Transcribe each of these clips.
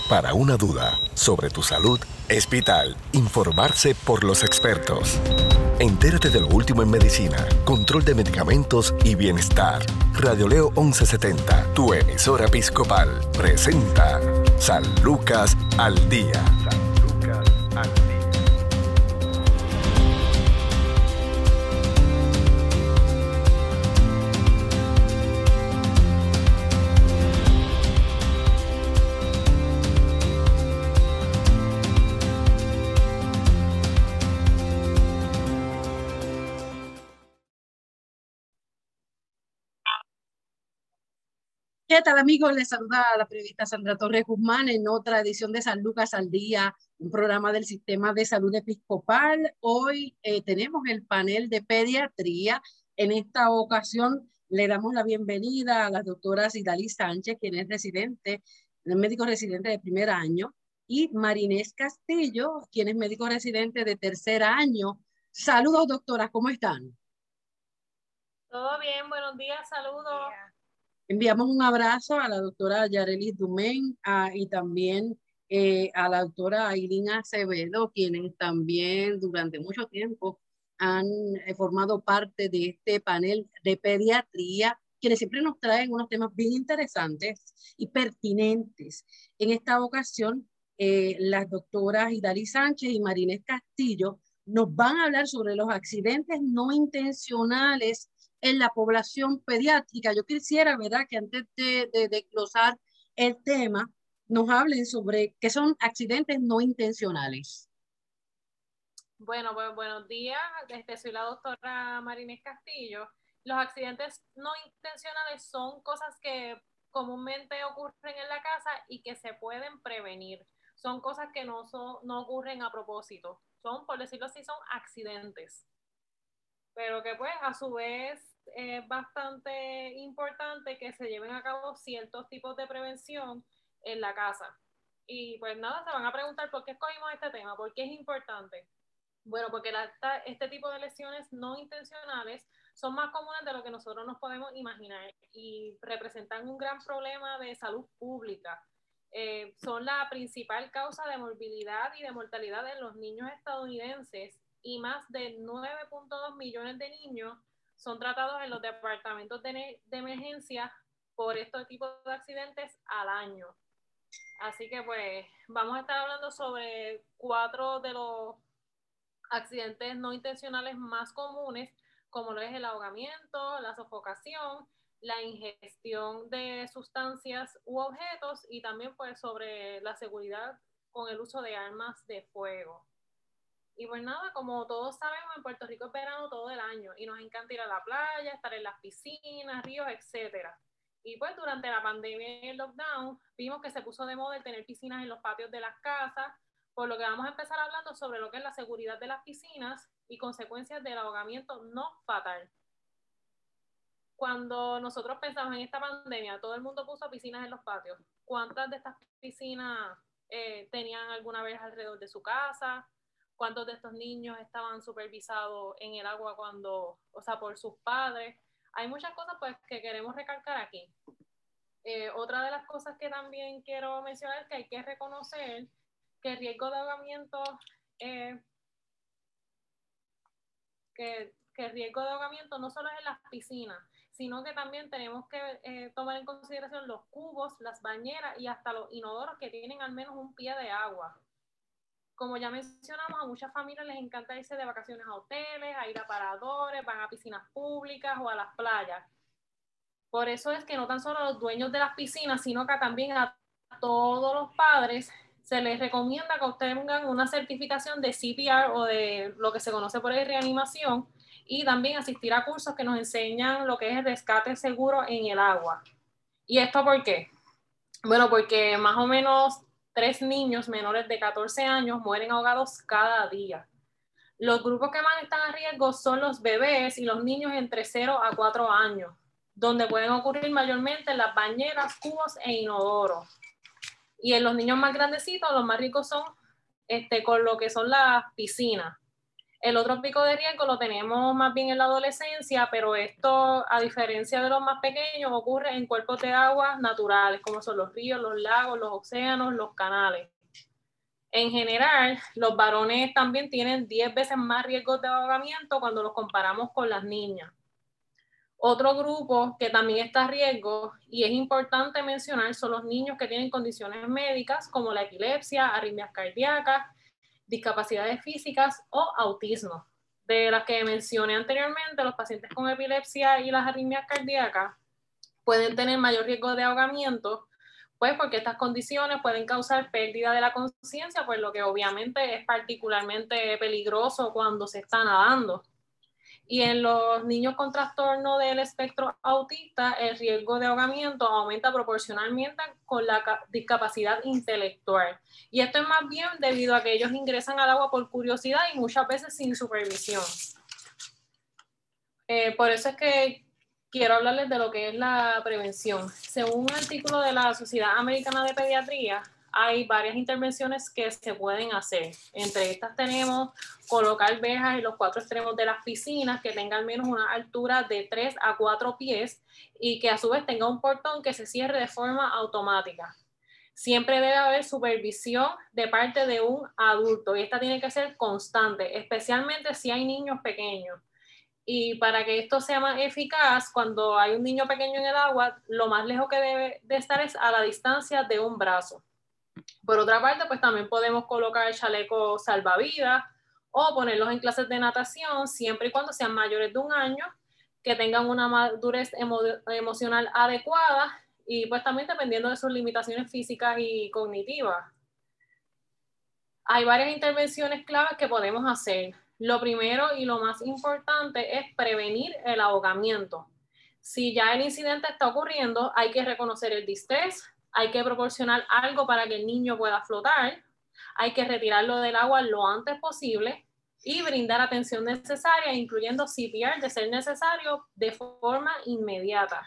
Para una duda sobre tu salud, es vital informarse por los expertos. Entérate de lo último en medicina, control de medicamentos y bienestar. Radio Leo 1170, tu emisora episcopal, presenta San Lucas al Día. San Lucas al Día. ¿Qué tal, amigos? Les saluda la periodista Sandra Torres Guzmán en otra edición de San Lucas al Día, un programa del Sistema de Salud Episcopal. Hoy tenemos el panel de pediatría. En esta ocasión le damos la bienvenida a la doctora Cidalis Sánchez, quien es médico residente de primer año, y Marinés Castillo, quien es médico residente de tercer año. Saludos, doctoras, ¿cómo están? Todo bien, buenos días, saludos. Enviamos un abrazo a la doctora Yarelis Dumén y también a la doctora Ailín Acevedo, quienes también durante mucho tiempo han formado parte de este panel de pediatría, quienes siempre nos traen unos temas bien interesantes y pertinentes. En esta ocasión, las doctoras Idali Sánchez y Marinés Castillo nos van a hablar sobre los accidentes no intencionales en la población pediátrica. Yo quisiera, ¿verdad?, que antes de desglosar el tema, nos hablen sobre qué son accidentes no intencionales. Bueno, pues buenos días. Soy la doctora Marinés Castillo. Los accidentes no intencionales son cosas que comúnmente ocurren en la casa y que se pueden prevenir. Son cosas que no ocurren a propósito. Son, por decirlo así, son accidentes. Pero que pues a su vez es bastante importante que se lleven a cabo ciertos tipos de prevención en la casa. Y pues nada, se van a preguntar por qué escogimos este tema, por qué es importante. Bueno, porque este tipo de lesiones no intencionales son más comunes de lo que nosotros nos podemos imaginar y representan un gran problema de salud pública. Son la principal causa de morbilidad y de mortalidad en los niños estadounidenses y más de 9.2 millones de niños son tratados en los departamentos de emergencia por estos tipos de accidentes al año. Así que pues vamos a estar hablando sobre 4 de los accidentes no intencionales más comunes, como lo es el ahogamiento, la sofocación, la ingestión de sustancias u objetos y también pues sobre la seguridad con el uso de armas de fuego. Y pues nada, como todos sabemos, en Puerto Rico es verano todo el año y nos encanta ir a la playa, estar en las piscinas, ríos, etcétera. Y pues durante la pandemia y el lockdown vimos que se puso de moda el tener piscinas en los patios de las casas, por lo que vamos a empezar hablando sobre lo que es la seguridad de las piscinas y consecuencias del ahogamiento no fatal. Cuando nosotros pensamos en esta pandemia, todo el mundo puso piscinas en los patios. ¿Cuántas de estas piscinas tenían alguna vez alrededor de su casa? ¿Cuántos de estos niños estaban supervisados en el agua por sus padres? Hay muchas cosas pues que queremos recalcar aquí. Otra de las cosas que también quiero mencionar es que hay que reconocer que el riesgo de ahogamiento no solo es en las piscinas, sino que también tenemos que tomar en consideración los cubos, las bañeras y hasta los inodoros que tienen al menos un pie de agua. Como ya mencionamos, a muchas familias les encanta irse de vacaciones a hoteles, a ir a paradores, van a piscinas públicas o a las playas. Por eso es que no tan solo a los dueños de las piscinas, sino que también a todos los padres se les recomienda que obtengan una certificación de CPR o de lo que se conoce por reanimación y también asistir a cursos que nos enseñan lo que es el rescate seguro en el agua. ¿Y esto por qué? Bueno, porque más o menos 3 niños menores de 14 años mueren ahogados cada día. Los grupos que más están a riesgo son los bebés y los niños entre 0 a 4 años, donde pueden ocurrir mayormente en las bañeras, cubos e inodoros. Y en los niños más grandecitos, los más ricos son con lo que son las piscinas. El otro pico de riesgo lo tenemos más bien en la adolescencia, pero esto, a diferencia de los más pequeños, ocurre en cuerpos de agua naturales, como son los ríos, los lagos, los océanos, los canales. En general, los varones también tienen 10 veces más riesgos de ahogamiento cuando los comparamos con las niñas. Otro grupo que también está a riesgo, y es importante mencionar, son los niños que tienen condiciones médicas como la epilepsia, arritmias cardíacas, discapacidades físicas o autismo. De las que mencioné anteriormente, los pacientes con epilepsia y las arritmias cardíacas pueden tener mayor riesgo de ahogamiento, pues porque estas condiciones pueden causar pérdida de la conciencia, pues lo que obviamente es particularmente peligroso cuando se está nadando. Y en los niños con trastorno del espectro autista, el riesgo de ahogamiento aumenta proporcionalmente con la discapacidad intelectual. Y esto es más bien debido a que ellos ingresan al agua por curiosidad y muchas veces sin supervisión. Por eso es que quiero hablarles de lo que es la prevención. Según un artículo de la Sociedad Americana de Pediatría, hay varias intervenciones que se pueden hacer. Entre estas tenemos colocar verjas en los 4 extremos de las piscinas que tengan al menos una altura de 3 a 4 pies y que a su vez tenga un portón que se cierre de forma automática. Siempre debe haber supervisión de parte de un adulto y esta tiene que ser constante, especialmente si hay niños pequeños. Y para que esto sea más eficaz, cuando hay un niño pequeño en el agua, lo más lejos que debe de estar es a la distancia de un brazo. Por otra parte, pues también podemos colocar chalecos salvavidas o ponerlos en clases de natación, siempre y cuando sean mayores de 1 año, que tengan una madurez emocional adecuada y pues también dependiendo de sus limitaciones físicas y cognitivas. Hay varias intervenciones claves que podemos hacer. Lo primero y lo más importante es prevenir el ahogamiento. Si ya el incidente está ocurriendo, hay que reconocer el distrés, hay que proporcionar algo para que el niño pueda flotar, hay que retirarlo del agua lo antes posible y brindar atención necesaria, incluyendo CPR de ser necesario de forma inmediata.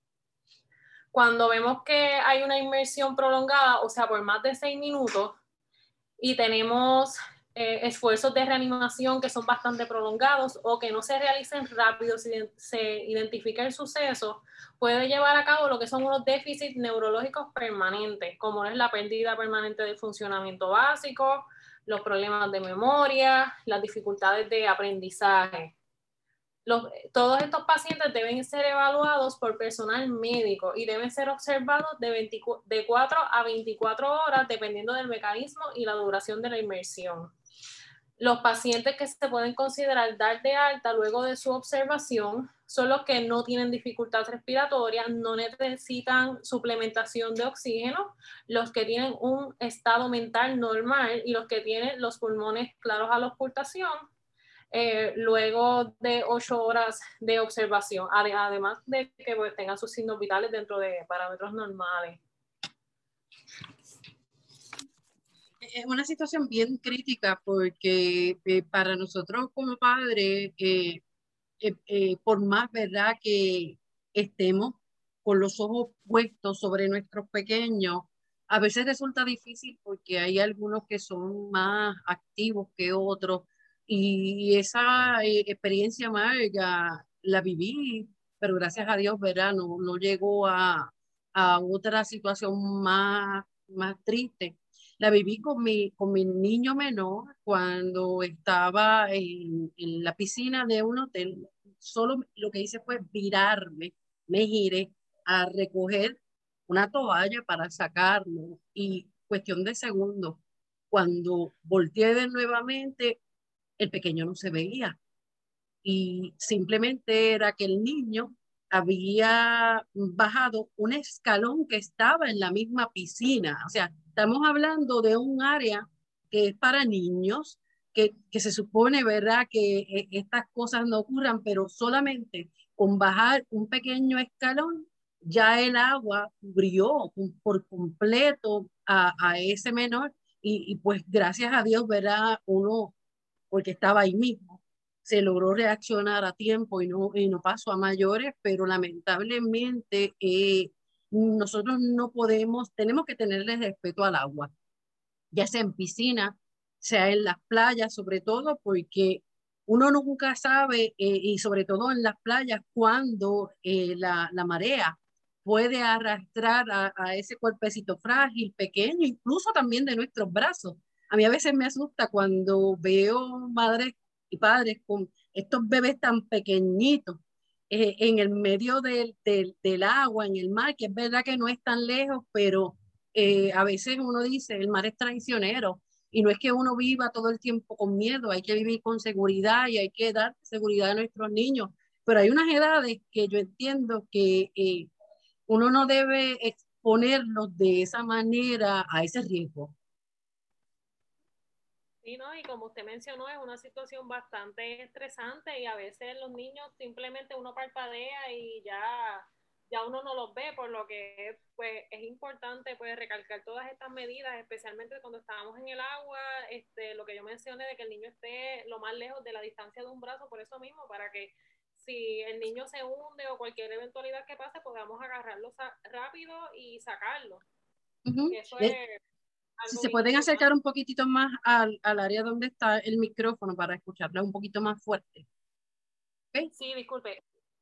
Cuando vemos que hay una inmersión prolongada, o sea, por más de 6 minutos, y tenemos esfuerzos de reanimación que son bastante prolongados o que no se realicen rápido si se identifica el suceso, puede llevar a cabo lo que son unos déficits neurológicos permanentes, como es la pérdida permanente del funcionamiento básico, los problemas de memoria, las dificultades de aprendizaje. Todos estos pacientes deben ser evaluados por personal médico y deben ser observados de 4 a 24 horas dependiendo del mecanismo y la duración de la inmersión. Los pacientes que se pueden considerar dar de alta luego de su observación son los que no tienen dificultad respiratoria, no necesitan suplementación de oxígeno, los que tienen un estado mental normal y los que tienen los pulmones claros a la ocultación. Luego de 8 horas de observación, además de que pues, tengan sus signos vitales dentro de parámetros normales. Es una situación bien crítica porque para nosotros como padres, por más verdad que estemos con los ojos puestos sobre nuestros pequeños, a veces resulta difícil porque hay algunos que son más activos que otros y esa experiencia amarga la viví, pero gracias a Dios, ¿verdad? No llegó a otra situación más triste. La viví con mi niño menor cuando estaba en la piscina de un hotel. Solo lo que hice fue virarme, me giré a recoger una toalla para sacarlo y cuestión de segundos, cuando volteé de nuevamente, el pequeño no se veía y simplemente era que el niño había bajado un escalón que estaba en la misma piscina. O sea, estamos hablando de un área que es para niños, que se supone, ¿verdad?, que estas cosas no ocurran, pero solamente con bajar un pequeño escalón, ya el agua cubrió por completo a ese menor y pues gracias a Dios, ¿verdad?, uno, porque estaba ahí mismo, se logró reaccionar a tiempo y no pasó a mayores, pero lamentablemente nosotros no podemos, tenemos que tenerle respeto al agua, ya sea en piscina, sea en las playas, sobre todo porque uno nunca sabe, y sobre todo en las playas, cuando la marea puede arrastrar a ese cuerpecito frágil, pequeño, incluso también de nuestros brazos. A mí a veces me asusta cuando veo madres y padres con estos bebés tan pequeñitos en el medio del agua, en el mar, que es verdad que no es tan lejos, pero a veces uno dice, el mar es traicionero. Y no es que uno viva todo el tiempo con miedo, hay que vivir con seguridad y hay que dar seguridad a nuestros niños. Pero hay unas edades que yo entiendo que uno no debe exponerlos de esa manera a ese riesgo. Sí, ¿no? Y como usted mencionó, es una situación bastante estresante y a veces los niños simplemente uno parpadea y ya uno no los ve, por lo que pues es importante pues recalcar todas estas medidas, especialmente cuando estábamos en el agua, lo que yo mencioné de que el niño esté lo más lejos de la distancia de un brazo, por eso mismo, para que si el niño se hunde o cualquier eventualidad que pase, podamos agarrarlo rápido y sacarlo. Uh -huh. Eso es Si algo se bien pueden importante. acercar un poquitito más al área donde está el micrófono para escucharla un poquito más fuerte. ¿Okay? Sí, disculpe.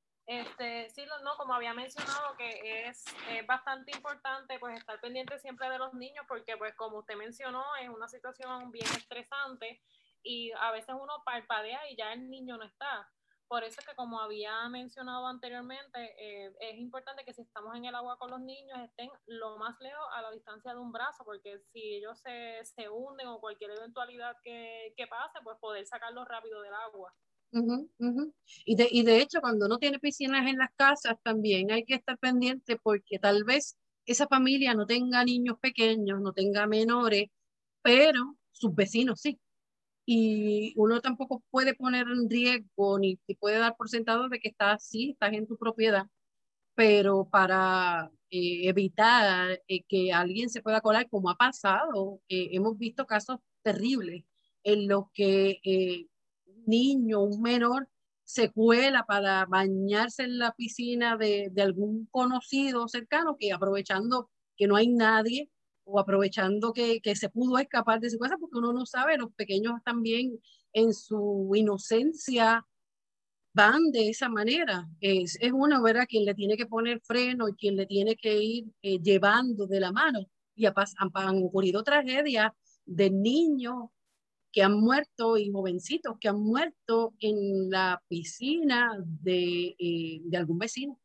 Sí, no, como había mencionado, que es bastante importante pues estar pendiente siempre de los niños porque pues como usted mencionó es una situación bien estresante y a veces uno parpadea y ya el niño no está. Por eso es que como había mencionado anteriormente, es importante que si estamos en el agua con los niños estén lo más lejos a la distancia de un brazo, porque si ellos se hunden o cualquier eventualidad que pase, pues poder sacarlos rápido del agua. Uh-huh, uh-huh. Y de hecho, cuando uno tiene piscinas en las casas, también hay que estar pendiente porque tal vez esa familia no tenga niños pequeños, no tenga menores, pero sus vecinos sí. Y uno tampoco puede poner en riesgo ni te puede dar por sentado de que estás en tu propiedad, pero para evitar que alguien se pueda colar, como ha pasado, hemos visto casos terribles en los que un niño, un menor, se cuela para bañarse en la piscina de algún conocido cercano que aprovechando que no hay nadie o aprovechando que se pudo escapar de su casa, porque uno no sabe, los pequeños también en su inocencia van de esa manera. Es uno, ¿verdad?, quien le tiene que poner freno y quien le tiene que ir llevando de la mano. Y han ocurrido tragedias de niños que han muerto y jovencitos que han muerto en la piscina de algún vecino.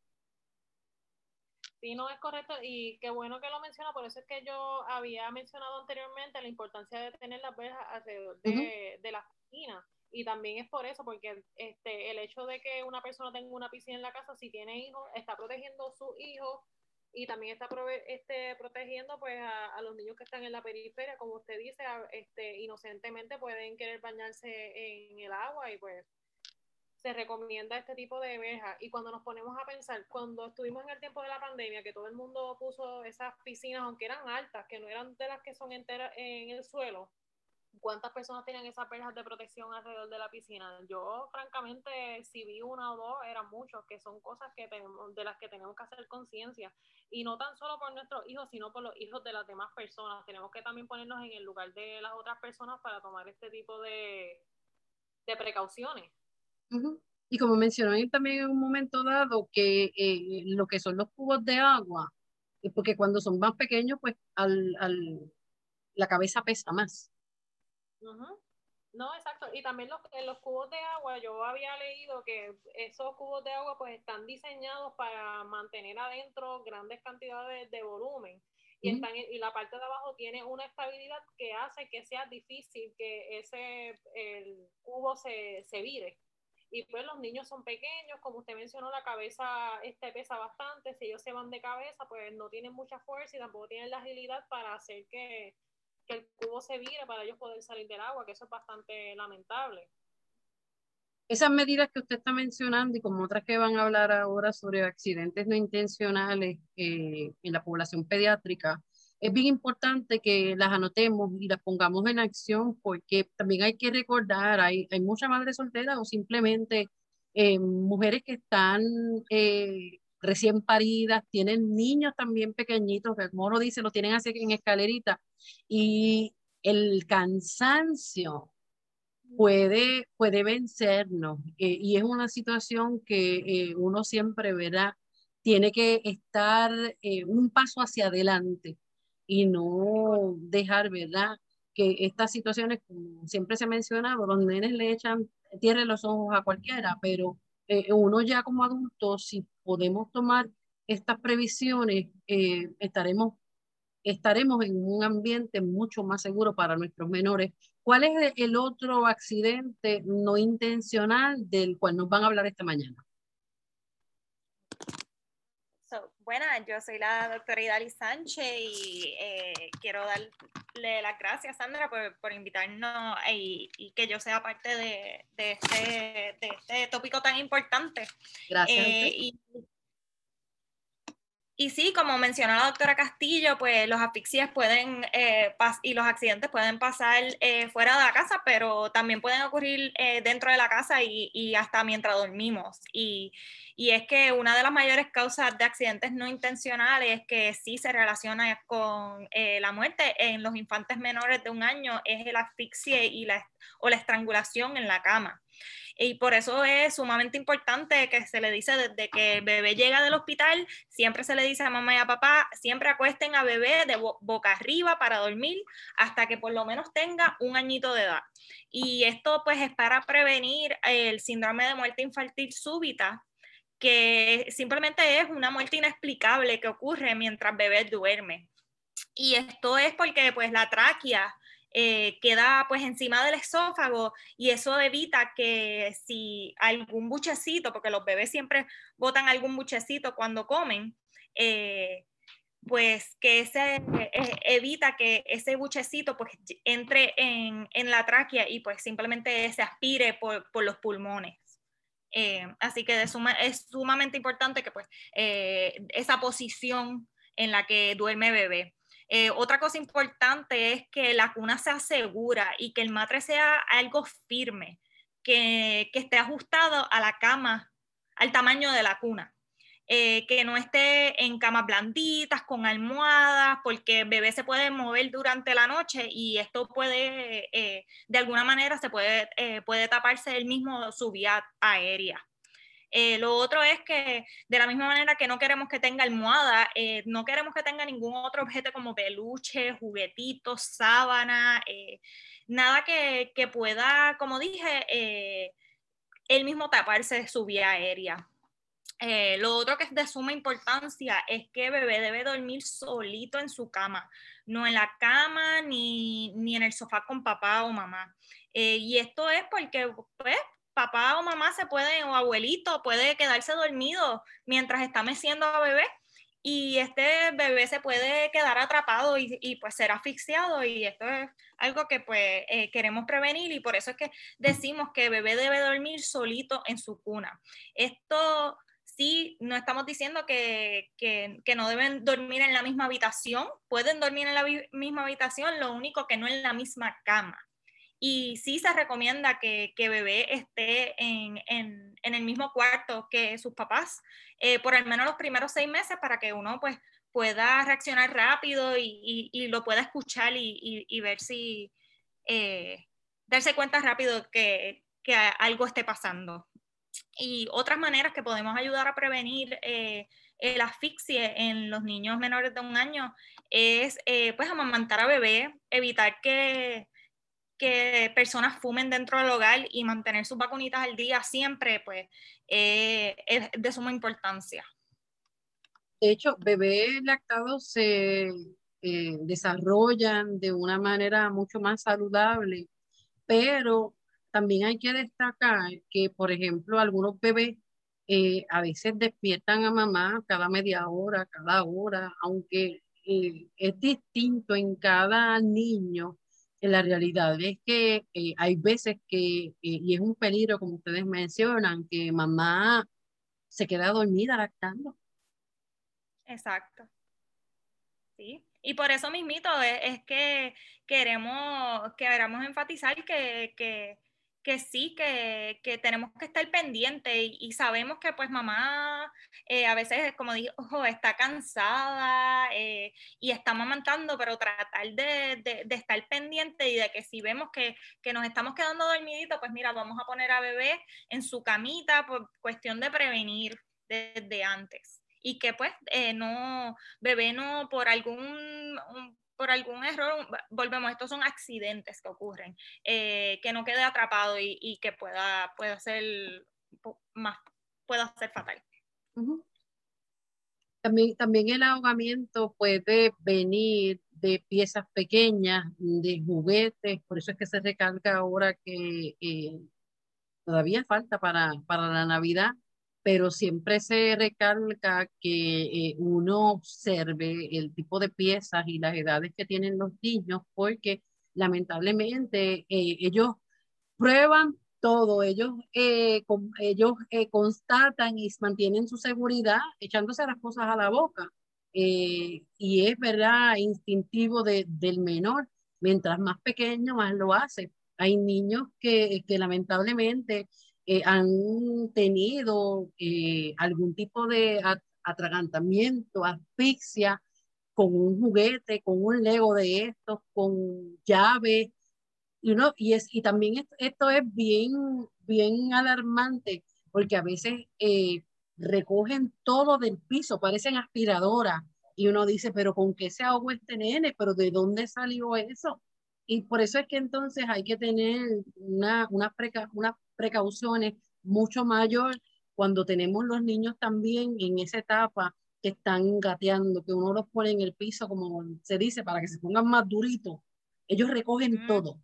Sí, no es correcto y qué bueno que lo menciona, por eso es que yo había mencionado anteriormente la importancia de tener las verjas alrededor de las piscinas y también es por eso, porque el hecho de que una persona tenga una piscina en la casa, si tiene hijos, está protegiendo a sus hijos y también está protegiendo pues a los niños que están en la periferia, como usted dice, inocentemente pueden querer bañarse en el agua y pues se recomienda este tipo de verjas. Y cuando nos ponemos a pensar, cuando estuvimos en el tiempo de la pandemia, que todo el mundo puso esas piscinas, aunque eran altas, que no eran de las que son enteras en el suelo, ¿cuántas personas tenían esas verjas de protección alrededor de la piscina? Yo, francamente, si vi una o dos, eran muchos, que son cosas que tenemos, de las que tenemos que hacer conciencia. Y no tan solo por nuestros hijos, sino por los hijos de las demás personas. Tenemos que también ponernos en el lugar de las otras personas para tomar este tipo de precauciones. Uh-huh. Y como mencioné también en un momento dado que lo que son los cubos de agua, porque cuando son más pequeños, pues la cabeza pesa más. Uh-huh. No, exacto. Y también en los cubos de agua, yo había leído que esos cubos de agua pues están diseñados para mantener adentro grandes cantidades de volumen. Y, y la parte de abajo tiene una estabilidad que hace que sea difícil que el cubo se vire. Y pues los niños son pequeños, como usted mencionó, la cabeza pesa bastante. Si ellos se van de cabeza, pues no tienen mucha fuerza y tampoco tienen la agilidad para hacer que el cubo se vire para ellos poder salir del agua, que eso es bastante lamentable. Esas medidas que usted está mencionando y como otras que van a hablar ahora sobre accidentes no intencionales en la población pediátrica, es bien importante que las anotemos y las pongamos en acción porque también hay que recordar, hay muchas madres solteras o simplemente mujeres que están recién paridas, tienen niños también pequeñitos, que como uno dice, los tienen así en escalerita y el cansancio puede vencernos. Y es una situación que uno siempre verá, tiene que estar un paso hacia adelante y no dejar, ¿verdad? Que estas situaciones, como siempre se ha mencionado, los nenes le echan tierra en los ojos a cualquiera, pero uno ya como adulto, si podemos tomar estas previsiones, estaremos en un ambiente mucho más seguro para nuestros menores. ¿Cuál es el otro accidente no intencional del cual nos van a hablar esta mañana? Buenas, yo soy la doctora Idalis Sánchez y quiero darle las gracias, Sandra, por invitarnos y que yo sea parte de este tópico tan importante. Gracias a usted. Y sí, como mencionó la doctora Castillo, pues los asfixias pueden y los accidentes pueden pasar fuera de la casa, pero también pueden ocurrir dentro de la casa y hasta mientras dormimos. Y es que una de las mayores causas de accidentes no intencionales que sí se relaciona con la muerte en los infantes menores de 1 año es el asfixia o la estrangulación en la cama. Y por eso es sumamente importante que se le dice desde que el bebé llega del hospital, siempre se le dice a mamá y a papá, siempre acuesten a bebé de boca arriba para dormir hasta que por lo menos tenga 1 añito de edad. Y esto pues es para prevenir el síndrome de muerte infantil súbita, que simplemente es una muerte inexplicable que ocurre mientras bebé duerme. Y esto es porque pues la tráquea queda pues encima del esófago y eso evita que si algún buchecito, porque los bebés siempre botan algún buchecito cuando comen, pues que evita que ese buchecito pues entre en la tráquea y pues simplemente se aspire por los pulmones. Así que es sumamente importante que pues esa posición en la que duerme bebé. Otra cosa importante es que la cuna sea segura y que el matre sea algo firme, que esté ajustado a la cama, al tamaño de la cuna. Que no esté en camas blanditas, con almohadas, porque el bebé se puede mover durante la noche y esto puede, de alguna manera, puede taparse él mismo su vía aérea. Lo otro es que de la misma manera que no queremos que tenga almohada, no queremos que tenga ningún otro objeto como peluche, juguetitos, sábana, nada que pueda, como dije, él mismo taparse su vía aérea. Lo otro que es de suma importancia es que bebé debe dormir solito en su cama, no en la cama ni en el sofá con papá o mamá. Y esto es porque pues, papá o mamá o abuelito puede quedarse dormido mientras está meciendo a bebé y este bebé se puede quedar atrapado y pues ser asfixiado y esto es algo que pues queremos prevenir y por eso es que decimos que bebé debe dormir solito en su cuna. Esto sí, no estamos diciendo que no deben dormir en la misma habitación, pueden dormir en la misma habitación, lo único que no en la misma cama. Y sí se recomienda que bebé esté en el mismo cuarto que sus papás por al menos los primeros 6 meses para que uno pues pueda reaccionar rápido y lo pueda escuchar y ver si darse cuenta rápido que algo esté pasando. Y otras maneras que podemos ayudar a prevenir el asfixia en los niños menores de 1 año es pues amamantar a bebé, evitar que personas fumen dentro del hogar y mantener sus vacunitas al día siempre, pues es de suma importancia. De hecho, bebés lactados se desarrollan de una manera mucho más saludable, pero también hay que destacar que, por ejemplo, algunos bebés a veces despiertan a mamá cada media hora, cada hora, aunque es distinto en cada niño. La realidad es que hay veces y es un peligro, como ustedes mencionan, que mamá se queda dormida lactando. Exacto. Sí. Y por eso mismito es que queremos enfatizar que que sí, que tenemos que estar pendientes y sabemos que pues mamá a veces, como dijo, está cansada y está amamantando, pero tratar de estar pendiente y de que si vemos que nos estamos quedando dormiditos, pues mira, vamos a poner a bebé en su camita por cuestión de prevenir desde antes. Y que pues bebé no por algún error, volvemos, estos son accidentes que ocurren, que no quede atrapado y que pueda ser fatal. Uh-huh. También el ahogamiento puede venir de piezas pequeñas, de juguetes, por eso es que se recalca ahora que todavía falta para la Navidad, pero siempre se recalca que uno observe el tipo de piezas y las edades que tienen los niños, porque lamentablemente ellos prueban todo, ellos constatan y mantienen su seguridad echándose las cosas a la boca. Y es verdad, instintivo del menor, mientras más pequeño, más lo hace. Hay niños que lamentablemente han tenido algún tipo de atragantamiento, asfixia, con un juguete, con un Lego de estos, con llaves, y también esto es bien alarmante, porque a veces recogen todo del piso, parecen aspiradoras, y uno dice, pero ¿con qué se ahogó este nene? ¿Pero de dónde salió eso? Y por eso es que entonces hay que tener unas precauciones mucho mayor cuando tenemos los niños también en esa etapa que están gateando, que uno los pone en el piso, como se dice, para que se pongan más duritos. Ellos recogen todo.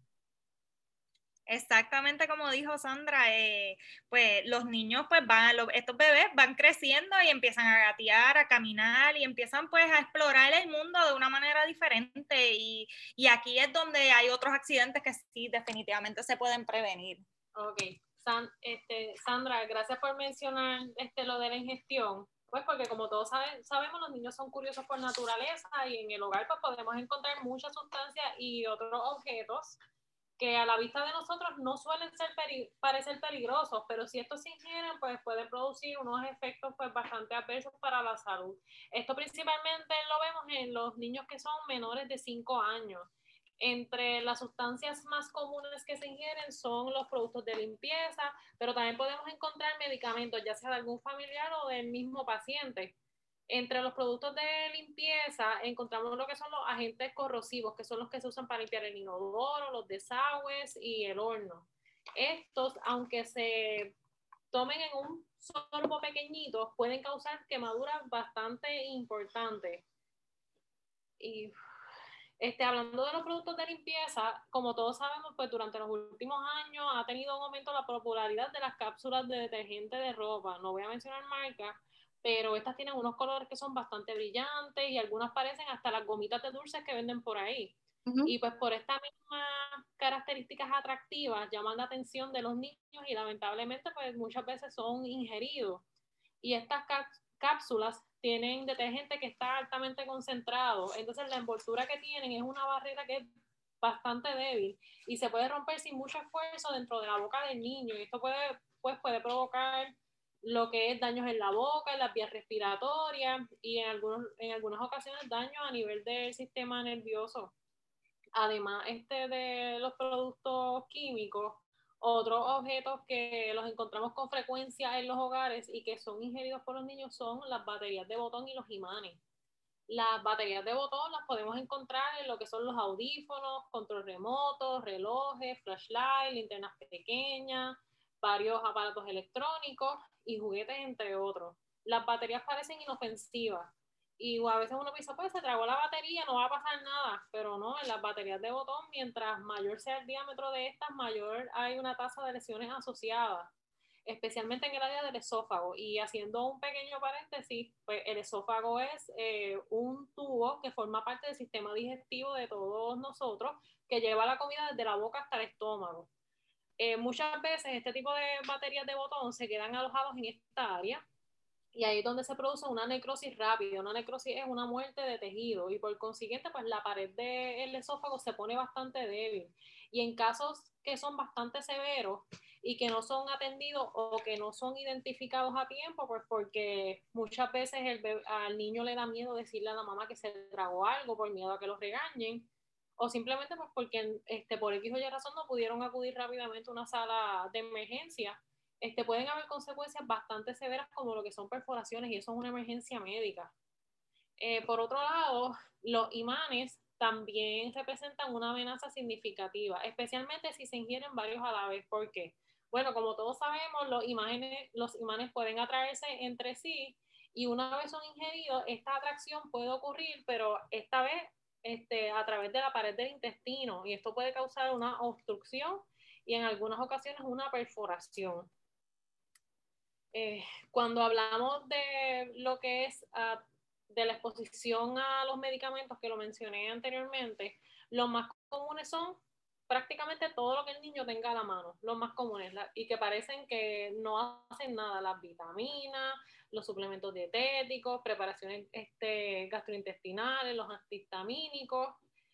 Exactamente como dijo Sandra, pues los niños pues estos bebés van creciendo y empiezan a gatear, a caminar y empiezan pues a explorar el mundo de una manera diferente y aquí es donde hay otros accidentes que sí definitivamente se pueden prevenir. Ok, Sandra, gracias por mencionar lo de la ingestión. Pues porque como todos sabemos, los niños son curiosos por naturaleza y en el hogar pues podemos encontrar muchas sustancias y otros objetos que a la vista de nosotros no suelen parecer peligrosos, pero si estos se ingieren, pues pueden producir unos efectos pues bastante adversos para la salud. Esto principalmente lo vemos en los niños que son menores de 5 años. Entre las sustancias más comunes que se ingieren son los productos de limpieza, pero también podemos encontrar medicamentos, ya sea de algún familiar o del mismo paciente. Entre los productos de limpieza encontramos lo que son los agentes corrosivos, que son los que se usan para limpiar el inodoro, los desagües y el horno. Estos, aunque se tomen en un sorbo pequeñito, pueden causar quemaduras bastante importantes. Y hablando de los productos de limpieza, como todos sabemos, pues durante los últimos años ha tenido un aumento la popularidad de las cápsulas de detergente de ropa. No voy a mencionar marcas, pero estas tienen unos colores que son bastante brillantes y algunas parecen hasta las gomitas de dulces que venden por ahí. Uh-huh. Y pues por estas mismas características atractivas llaman la atención de los niños y lamentablemente pues muchas veces son ingeridos. Y estas cápsulas tienen detergente que está altamente concentrado, entonces la envoltura que tienen es una barrera que es bastante débil y se puede romper sin mucho esfuerzo dentro de la boca del niño y esto puede provocar lo que es daños en la boca, en las vías respiratorias y en algunas ocasiones daños a nivel del sistema nervioso. Además, de los productos químicos, otros objetos que los encontramos con frecuencia en los hogares y que son ingeridos por los niños son las baterías de botón y los imanes. Las baterías de botón las podemos encontrar en lo que son los audífonos, control remoto, relojes, flashlight, linternas pequeñas, varios aparatos electrónicos y juguetes, entre otros. Las baterías parecen inofensivas y a veces uno piensa, pues se tragó la batería, no va a pasar nada, pero no, en las baterías de botón, mientras mayor sea el diámetro de estas, mayor hay una tasa de lesiones asociadas, especialmente en el área del esófago. Y haciendo un pequeño paréntesis, pues el esófago es un tubo que forma parte del sistema digestivo de todos nosotros, que lleva la comida desde la boca hasta el estómago. Muchas veces este tipo de baterías de botón se quedan alojados en esta área y ahí es donde se produce una necrosis rápida. Una necrosis es una muerte de tejido y por consiguiente pues la pared del esófago se pone bastante débil, y en casos que son bastante severos y que no son atendidos o que no son identificados a tiempo, pues porque muchas veces al niño le da miedo decirle a la mamá que se tragó algo por miedo a que los regañen, o simplemente pues porque por X o Y razón no pudieron acudir rápidamente a una sala de emergencia, pueden haber consecuencias bastante severas como lo que son perforaciones, y eso es una emergencia médica. Por otro lado, los imanes también representan una amenaza significativa, especialmente si se ingieren varios a la vez. ¿Por qué? Bueno, como todos sabemos, los imanes pueden atraerse entre sí, y una vez son ingeridos, esta atracción puede ocurrir, pero esta vez a través de la pared del intestino, y esto puede causar una obstrucción y en algunas ocasiones una perforación. Cuando hablamos de lo que es de la exposición a los medicamentos que lo mencioné anteriormente, los más comunes son prácticamente todo lo que el niño tenga a la mano, los más comunes, y que parecen que no hacen nada: las vitaminas, los suplementos dietéticos, preparaciones gastrointestinales, los antihistamínicos.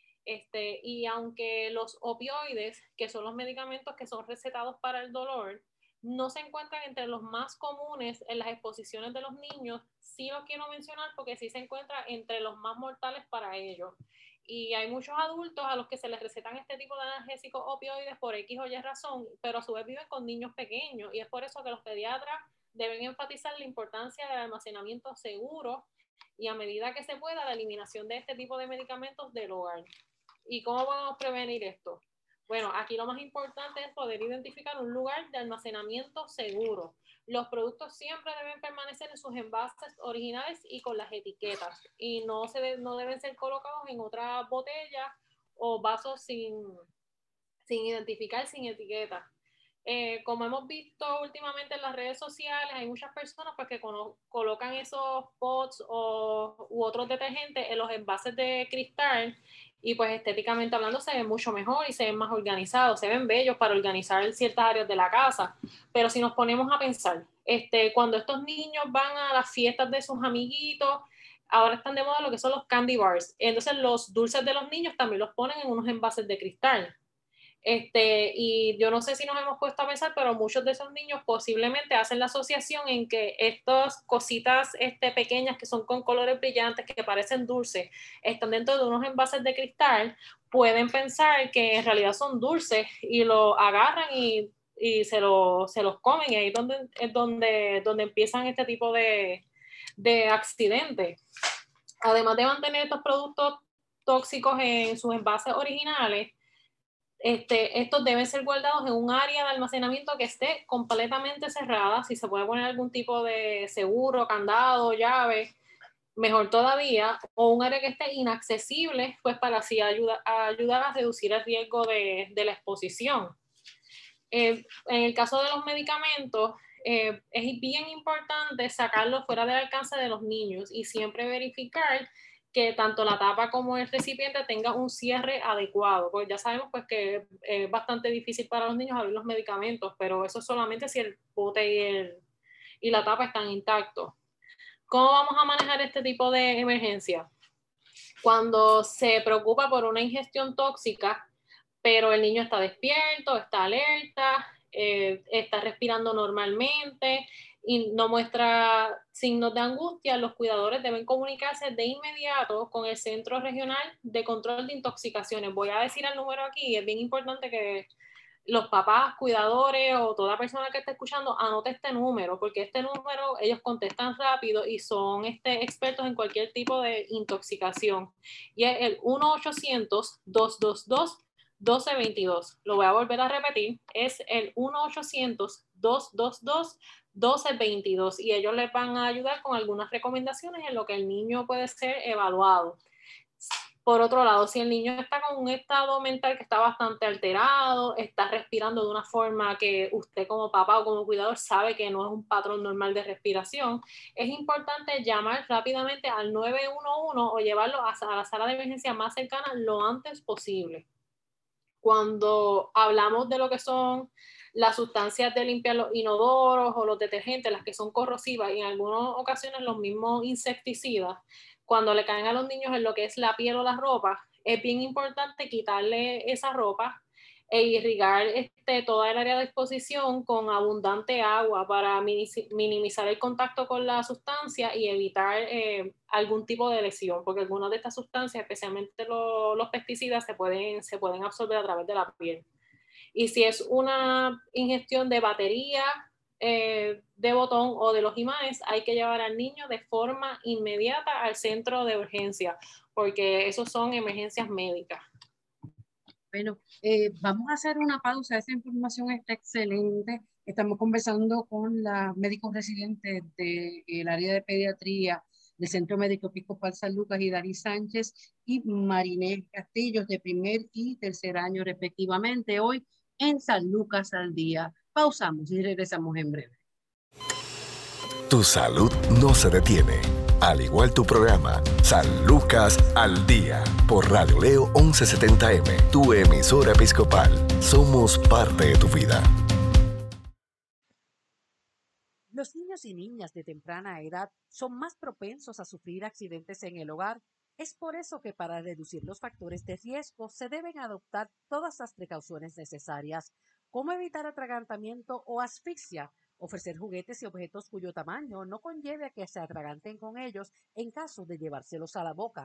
Y aunque los opioides, que son los medicamentos que son recetados para el dolor, no se encuentran entre los más comunes en las exposiciones de los niños, sí los quiero mencionar porque sí se encuentra entre los más mortales para ellos. Y hay muchos adultos a los que se les recetan este tipo de analgésicos opioides por X o Y razón, pero a su vez viven con niños pequeños, y es por eso que los pediatras deben enfatizar la importancia del almacenamiento seguro y, a medida que se pueda, la eliminación de este tipo de medicamentos del hogar. ¿Y cómo podemos prevenir esto? Bueno, aquí lo más importante es poder identificar un lugar de almacenamiento seguro. Los productos siempre deben permanecer en sus envases originales y con las etiquetas, y no deben ser colocados en otras botellas o vasos sin identificar, sin etiqueta. Como hemos visto últimamente en las redes sociales, hay muchas personas pues, que colocan esos pots u otros detergentes en los envases de cristal, y pues estéticamente hablando se ven mucho mejor y se ven más organizados, se ven bellos para organizar ciertas áreas de la casa. Pero si nos ponemos a pensar, cuando estos niños van a las fiestas de sus amiguitos, ahora están de moda lo que son los candy bars, entonces los dulces de los niños también los ponen en unos envases de cristal. Y yo no sé si nos hemos puesto a pensar, pero muchos de esos niños posiblemente hacen la asociación en que estas cositas pequeñas que son con colores brillantes, que parecen dulces, están dentro de unos envases de cristal, pueden pensar que en realidad son dulces y lo agarran y se los comen, y ahí es donde empiezan este tipo de accidentes. Además de mantener estos productos tóxicos en sus envases originales, estos deben ser guardados en un área de almacenamiento que esté completamente cerrada. Si se puede poner algún tipo de seguro, candado, llave, mejor todavía, o un área que esté inaccesible, pues para así ayudar a reducir el riesgo de la exposición. En el caso de los medicamentos, es bien importante sacarlos fuera del alcance de los niños y siempre verificar que tanto la tapa como el recipiente tenga un cierre adecuado, porque ya sabemos pues que es bastante difícil para los niños abrir los medicamentos, pero eso solamente si el bote y la tapa están intactos. ¿Cómo vamos a manejar este tipo de emergencia? Cuando se preocupa por una ingestión tóxica, pero el niño está despierto, está alerta, está respirando normalmente y no muestra signos de angustia, los cuidadores deben comunicarse de inmediato con el Centro Regional de Control de Intoxicaciones. Voy a decir el número aquí, es bien importante que los papás, cuidadores o toda persona que esté escuchando anote este número, porque este número ellos contestan rápido y son expertos en cualquier tipo de intoxicación. Y es el 1-800-222-1222. Lo voy a volver a repetir, es el 1-800-222-1222, y ellos les van a ayudar con algunas recomendaciones en lo que el niño puede ser evaluado. Por otro lado, si el niño está con un estado mental que está bastante alterado, está respirando de una forma que usted como papá o como cuidador sabe que no es un patrón normal de respiración, es importante llamar rápidamente al 911 o llevarlo a la sala de emergencia más cercana lo antes posible. Cuando hablamos de lo que son las sustancias de limpiar los inodoros o los detergentes, las que son corrosivas, y en algunas ocasiones los mismos insecticidas, cuando le caen a los niños en lo que es la piel o la ropa, es bien importante quitarle esa ropa e irrigar toda el área de exposición con abundante agua para minimizar el contacto con la sustancia y evitar algún tipo de lesión, porque algunas de estas sustancias, especialmente los pesticidas, se pueden absorber a través de la piel. Y si es una ingestión de batería, de botón o de los imanes, hay que llevar al niño de forma inmediata al centro de urgencia, porque esos son emergencias médicas. Bueno, vamos a hacer una pausa. Esa información está excelente. Estamos conversando con la médico residente del área de pediatría del Centro Médico Episcopal San Lucas, Idari Sánchez, y Marinés Castillos, de primer y tercer año respectivamente, hoy en San Lucas al Día. Pausamos y regresamos en breve. Tu salud no se detiene. Al igual tu programa, San Lucas al Día, por Radio Leo 1170M, tu emisora episcopal. Somos parte de tu vida. Los niños y niñas de temprana edad son más propensos a sufrir accidentes en el hogar. Es por eso que para reducir los factores de riesgo se deben adoptar todas las precauciones necesarias, como evitar atragantamiento o asfixia, ofrecer juguetes y objetos cuyo tamaño no conlleve a que se atraganten con ellos en caso de llevárselos a la boca.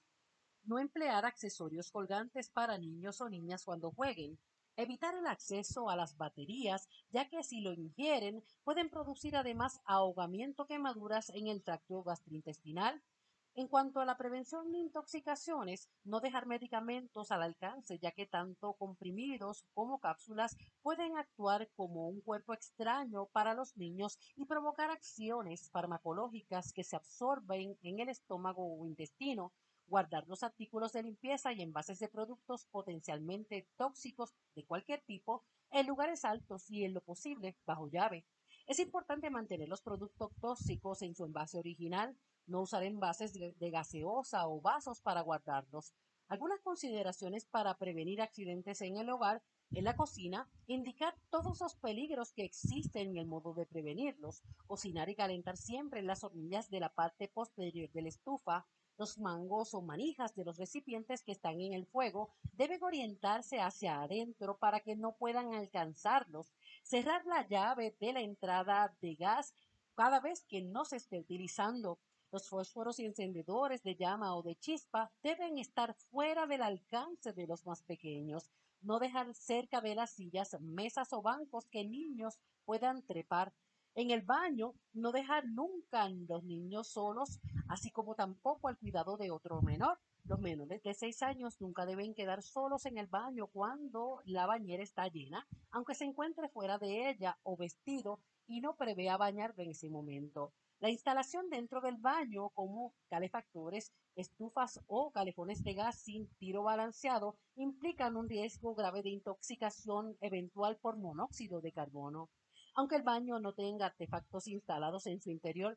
No emplear accesorios colgantes para niños o niñas cuando jueguen. Evitar el acceso a las baterías, ya que si lo ingieren pueden producir además ahogamiento, quemaduras en el tracto gastrointestinal. En cuanto a la prevención de intoxicaciones, no dejar medicamentos al alcance, ya que tanto comprimidos como cápsulas pueden actuar como un cuerpo extraño para los niños y provocar acciones farmacológicas que se absorben en el estómago o intestino. Guardar los artículos de limpieza y envases de productos potencialmente tóxicos de cualquier tipo en lugares altos y en lo posible bajo llave. Es importante mantener los productos tóxicos en su envase original, no usar envases de gaseosa o vasos para guardarlos. Algunas consideraciones para prevenir accidentes en el hogar: en la cocina, indicar todos los peligros que existen y el modo de prevenirlos. Cocinar y calentar siempre en las hornillas de la parte posterior de la estufa. Los mangos o manijas de los recipientes que están en el fuego deben orientarse hacia adentro para que no puedan alcanzarlos. Cerrar la llave de la entrada de gas cada vez que no se esté utilizando. Los fósforos y encendedores de llama o de chispa deben estar fuera del alcance de los más pequeños. No dejar cerca de las sillas, mesas o bancos que niños puedan trepar. En el baño, no dejar nunca a los niños solos, así como tampoco al cuidado de otro menor. Los menores de 6 años nunca deben quedar solos en el baño cuando la bañera está llena, aunque se encuentre fuera de ella o vestido y no prevea bañar en ese momento. La instalación dentro del baño, como calefactores, estufas o calefones de gas sin tiro balanceado, implican un riesgo grave de intoxicación eventual por monóxido de carbono. Aunque el baño no tenga artefactos instalados en su interior,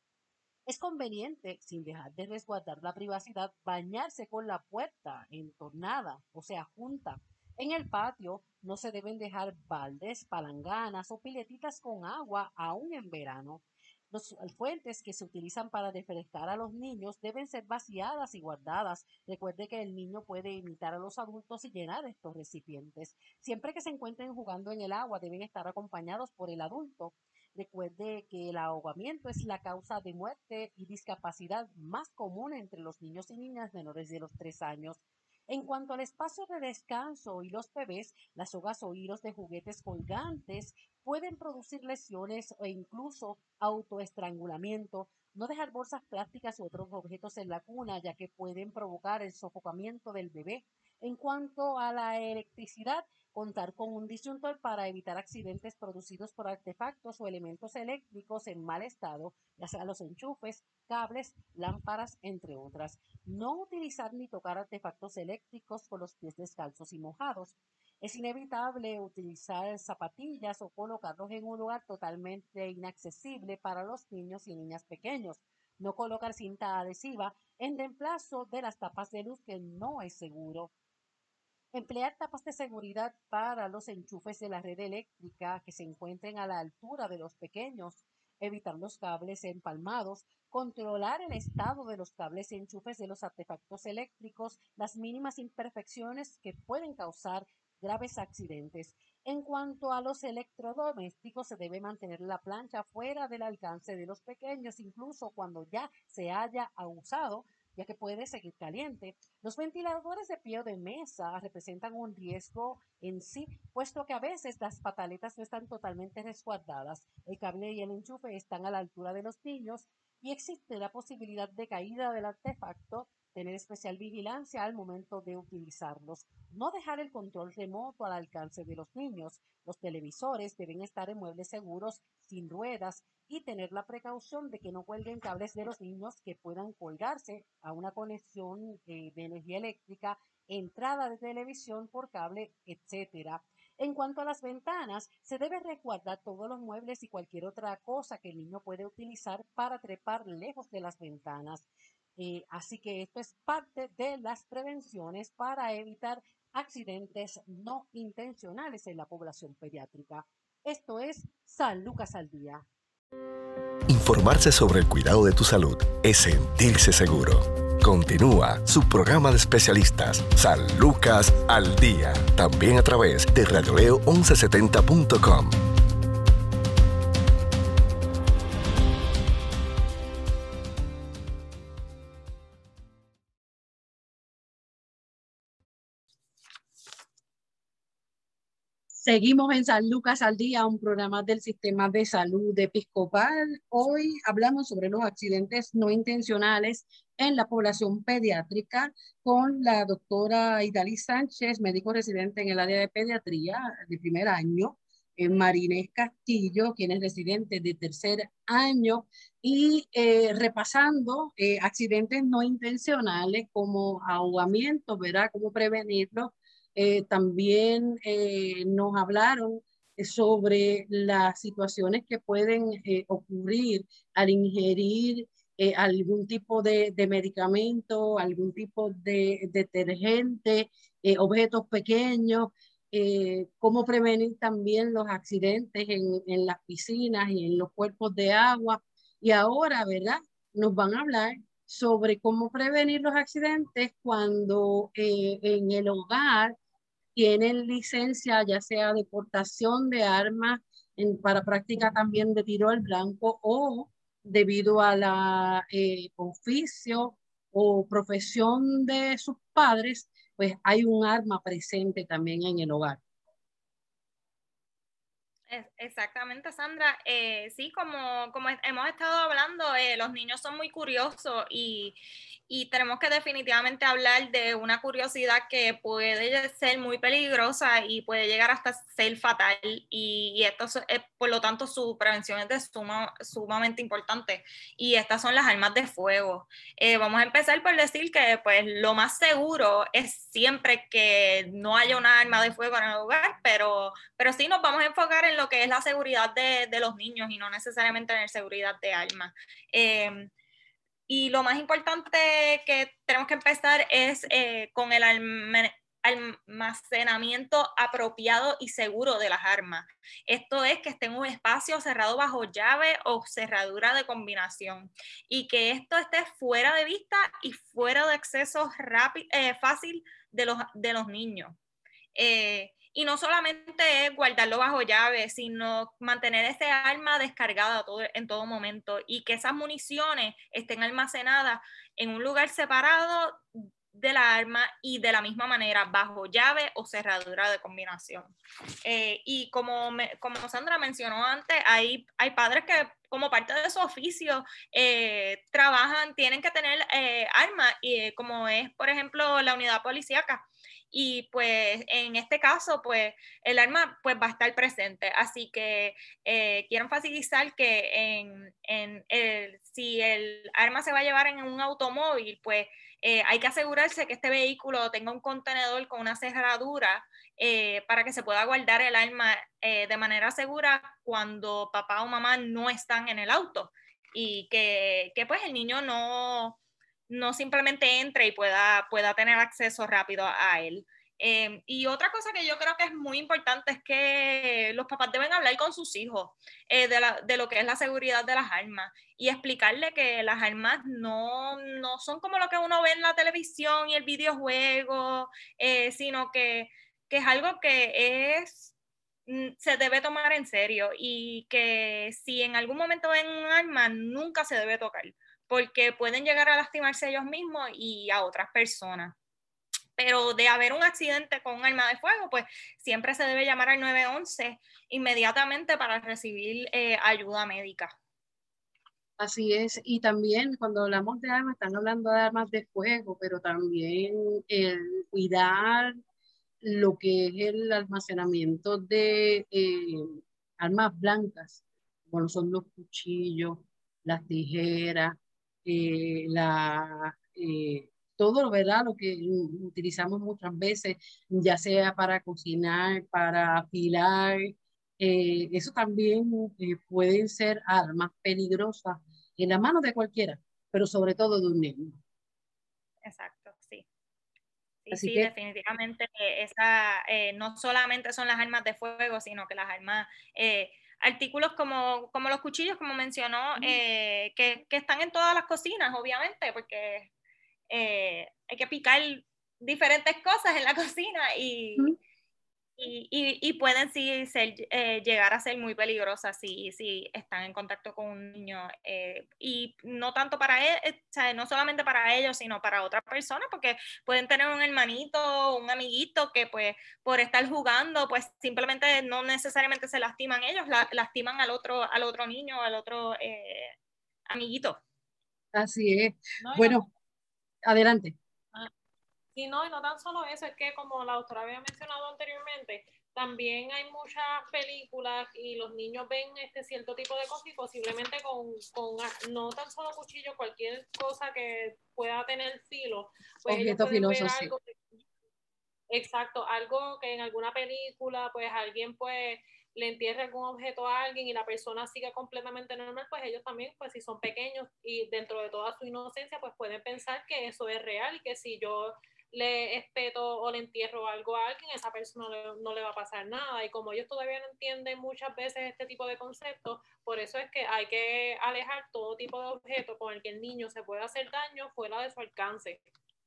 es conveniente, sin dejar de resguardar la privacidad, bañarse con la puerta entornada, o sea, junta. En el patio no se deben dejar baldes, palanganas o piletitas con agua, aún en verano. Las fuentes que se utilizan para refrescar a los niños deben ser vaciadas y guardadas. Recuerde que el niño puede imitar a los adultos y llenar estos recipientes. Siempre que se encuentren jugando en el agua, deben estar acompañados por el adulto. Recuerde que el ahogamiento es la causa de muerte y discapacidad más común entre los niños y niñas menores de los 3 años. En cuanto al espacio de descanso y los bebés, las sogas o hilos de juguetes colgantes pueden producir lesiones e incluso autoestrangulamiento. No dejar bolsas plásticas u otros objetos en la cuna, ya que pueden provocar el sofocamiento del bebé. En cuanto a la electricidad, contar con un disyuntor para evitar accidentes producidos por artefactos o elementos eléctricos en mal estado, ya sea los enchufes, cables, lámparas, entre otras. No utilizar ni tocar artefactos eléctricos con los pies descalzos y mojados. Es inevitable utilizar zapatillas o colocarlos en un lugar totalmente inaccesible para los niños y niñas pequeños. No colocar cinta adhesiva en reemplazo de las tapas de luz, que no es seguro. Emplear tapas de seguridad para los enchufes de la red eléctrica que se encuentren a la altura de los pequeños, evitar los cables empalmados, controlar el estado de los cables y enchufes de los artefactos eléctricos, las mínimas imperfecciones que pueden causar graves accidentes. En cuanto a los electrodomésticos, se debe mantener la plancha fuera del alcance de los pequeños, incluso cuando ya se haya usado, ya que puede seguir caliente. Los ventiladores de pie o de mesa representan un riesgo en sí, puesto que a veces las pataletas no están totalmente resguardadas, el cable y el enchufe están a la altura de los niños y existe la posibilidad de caída del artefacto. Tener especial vigilancia al momento de utilizarlos. No dejar el control remoto al alcance de los niños. Los televisores deben estar en muebles seguros, sin ruedas, y tener la precaución de que no cuelguen cables de los niños que puedan colgarse a una conexión de energía eléctrica, entrada de televisión por cable, etcétera. En cuanto a las ventanas, se debe resguardar todos los muebles y cualquier otra cosa que el niño puede utilizar para trepar lejos de las ventanas. Así que esto es parte de las prevenciones para evitar accidentes no intencionales en la población pediátrica. Esto es San Lucas al Día. Informarse sobre el cuidado de tu salud es sentirse seguro. Continúa su programa de especialistas, San Lucas al Día, también a través de radioleo1170.com. Seguimos en San Lucas al Día, un programa del Sistema de Salud Episcopal. Hoy hablamos sobre los accidentes no intencionales en la población pediátrica con la doctora Idalí Sánchez, médico residente en el área de pediatría de primer año, Marinés Castillo, quien es residente de tercer año, y repasando accidentes no intencionales como ahogamiento, ¿verdad? Cómo prevenirlos. También nos hablaron sobre las situaciones que pueden ocurrir al ingerir algún tipo de medicamento, algún tipo de detergente, objetos pequeños, cómo prevenir también los accidentes en las piscinas y en los cuerpos de agua. Y ahora, ¿verdad? Nos van a hablar sobre cómo prevenir los accidentes cuando en el hogar tienen licencia, ya sea de portación de armas para práctica también de tiro al blanco o debido a la oficio o profesión de sus padres, pues hay un arma presente también en el hogar. Exactamente, Sandra. Sí, como hemos estado hablando, los niños son muy curiosos y tenemos que definitivamente hablar de una curiosidad que puede ser muy peligrosa y puede llegar hasta ser fatal y esto por lo tanto su prevención es de sumamente importante y estas son las armas de fuego. Vamos a empezar por decir que pues lo más seguro es siempre que no haya una arma de fuego en el hogar, pero sí nos vamos a enfocar en lo que es la seguridad de los niños y no necesariamente en la seguridad de armas. Y lo más importante que tenemos que empezar es con el almacenamiento apropiado y seguro de las armas. Esto es que esté en un espacio cerrado bajo llave o cerradura de combinación y que esto esté fuera de vista y fuera de acceso fácil de los niños. Y no solamente es guardarlo bajo llave, sino mantener ese arma descargada en todo momento y que esas municiones estén almacenadas en un lugar separado de la arma y de la misma manera bajo llave o cerradura de combinación. Y como Sandra mencionó antes, hay padres que como parte de su oficio trabajan, tienen que tener armas, como es por ejemplo la unidad policíaca. Y pues en este caso pues el arma pues va a estar presente, así que quiero enfatizar que si el arma se va a llevar en un automóvil pues hay que asegurarse que este vehículo tenga un contenedor con una cerradura para que se pueda guardar el arma de manera segura cuando papá o mamá no están en el auto y que pues el niño no simplemente entre y pueda tener acceso rápido a él. Y otra cosa que yo creo que es muy importante es que los papás deben hablar con sus hijos de lo que es la seguridad de las armas y explicarle que las armas no son como lo que uno ve en la televisión y el videojuego, sino que es algo que se debe tomar en serio y que si en algún momento ven un arma, nunca se debe tocar, porque pueden llegar a lastimarse ellos mismos y a otras personas. Pero de haber un accidente con un arma de fuego, pues siempre se debe llamar al 911 inmediatamente para recibir ayuda médica. Así es, y también cuando hablamos de armas, están hablando de armas de fuego, pero también el cuidar lo que es el almacenamiento de armas blancas, como son los cuchillos, las tijeras, todo, ¿verdad? Lo que utilizamos muchas veces, ya sea para cocinar, para afilar, eso también pueden ser armas peligrosas en la mano de cualquiera, pero sobre todo de un niño. Exacto, sí. Así Sí, que, definitivamente no solamente son las armas de fuego, sino que las armas, artículos como los cuchillos, como mencionó, que están en todas las cocinas, obviamente, porque hay que picar diferentes cosas en la cocina y pueden sí llegar a ser muy peligrosas si están en contacto con un niño. Y no tanto para él, o sea, no solamente para ellos, sino para otras personas, porque pueden tener un hermanito, un amiguito que pues por estar jugando, pues simplemente no necesariamente se lastiman ellos, lastiman al otro niño, al otro amiguito. así es. No, Bueno, adelante. Sí, no, y no tan solo eso, es que como la doctora había mencionado anteriormente, también hay muchas películas y los niños ven cierto tipo de cosas y posiblemente con no tan solo cuchillo, cualquier cosa que pueda tener filo, pues ellos Objeto pueden ver filoso, sí. algo, exacto, algo que en alguna película, pues alguien pues le entierre algún objeto a alguien y la persona siga completamente normal, pues ellos también, pues si son pequeños y dentro de toda su inocencia, pues pueden pensar que eso es real y que si yo le espeto o le entierro algo a alguien, esa persona no le va a pasar nada. Y como ellos todavía no entienden muchas veces este tipo de conceptos, por eso es que hay que alejar todo tipo de objeto con el que el niño se pueda hacer daño fuera de su alcance.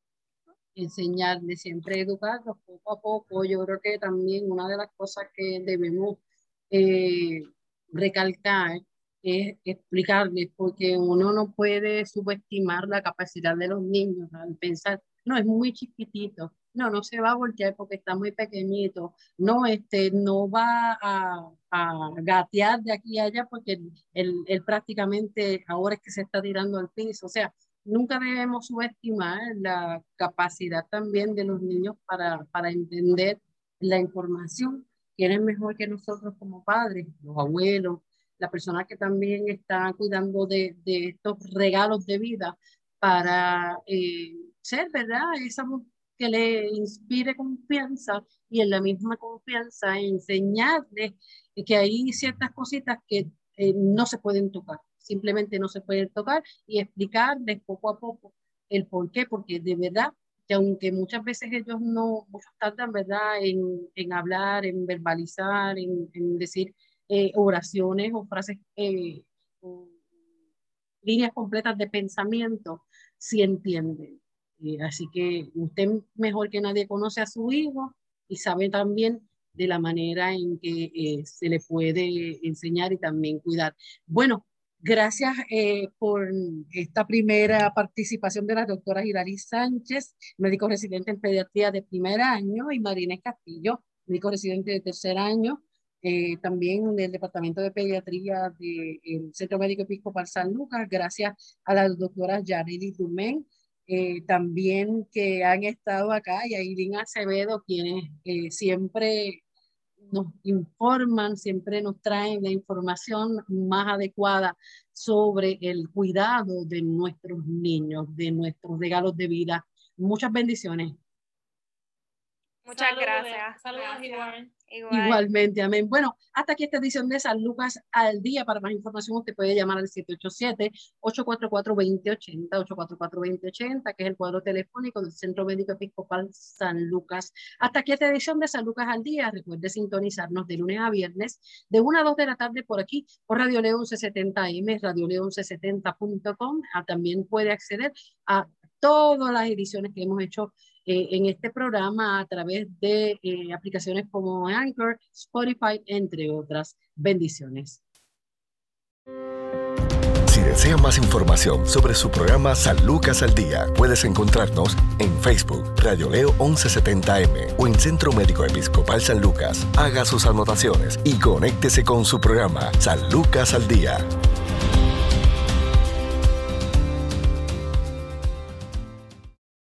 Enseñarles, siempre educarlos poco a poco. Yo creo que también una de las cosas que debemos eh, recalcar es explicarles, porque uno no puede subestimar la capacidad de los niños al pensar, no, es muy chiquitito, no se va a voltear porque está muy pequeñito, no va a gatear de aquí a allá porque él prácticamente ahora es que se está tirando al piso, o sea, nunca debemos subestimar la capacidad también de los niños para entender la información. ¿Quién es mejor que nosotros como padres? Los abuelos, la persona que también está cuidando de estos regalos de vida para ser, ¿verdad? Esa voz que le inspire confianza y en la misma confianza enseñarles que hay ciertas cositas que no se pueden tocar, simplemente no se pueden tocar y explicarles poco a poco el por qué, porque de verdad que aunque muchas veces ellos muchos tardan, ¿verdad?, en hablar, en verbalizar, en decir oraciones o frases, o líneas completas de pensamiento, si entienden. Así que usted mejor que nadie conoce a su hijo y sabe también de la manera en que se le puede enseñar y también cuidar. Bueno, gracias por esta primera participación de la doctora Hilary Sánchez, médico residente en pediatría de primer año, y Marínez Castillo, médico residente de tercer año, también del Departamento de Pediatría del Centro Médico Episcopal San Lucas, gracias a las doctoras Yareli Dumén, también que han estado acá, y a Ailín Acevedo, quienes siempre nos informan, siempre nos traen la información más adecuada sobre el cuidado de nuestros niños, de nuestros regalos de vida. Muchas bendiciones. Muchas gracias. Saludos igual. Igualmente, amén. Bueno, hasta aquí esta edición de San Lucas al Día. Para más información usted puede llamar al 787-844-2080, 844-2080, que es el cuadro telefónico del Centro Médico Episcopal San Lucas. Hasta aquí esta edición de San Lucas al Día. Recuerde sintonizarnos de lunes a viernes de 1 a 2 de la tarde por aquí, por Radio Leo 1170M, radioleo1170.com. También puede acceder a todas las ediciones que hemos hecho en este programa a través de aplicaciones como Anchor, Spotify, entre otras. Bendiciones. Si desea más información sobre su programa San Lucas al Día, puedes encontrarnos en Facebook, Radio Leo 1170M o en Centro Médico Episcopal San Lucas. Haga sus anotaciones y conéctese con su programa San Lucas al Día.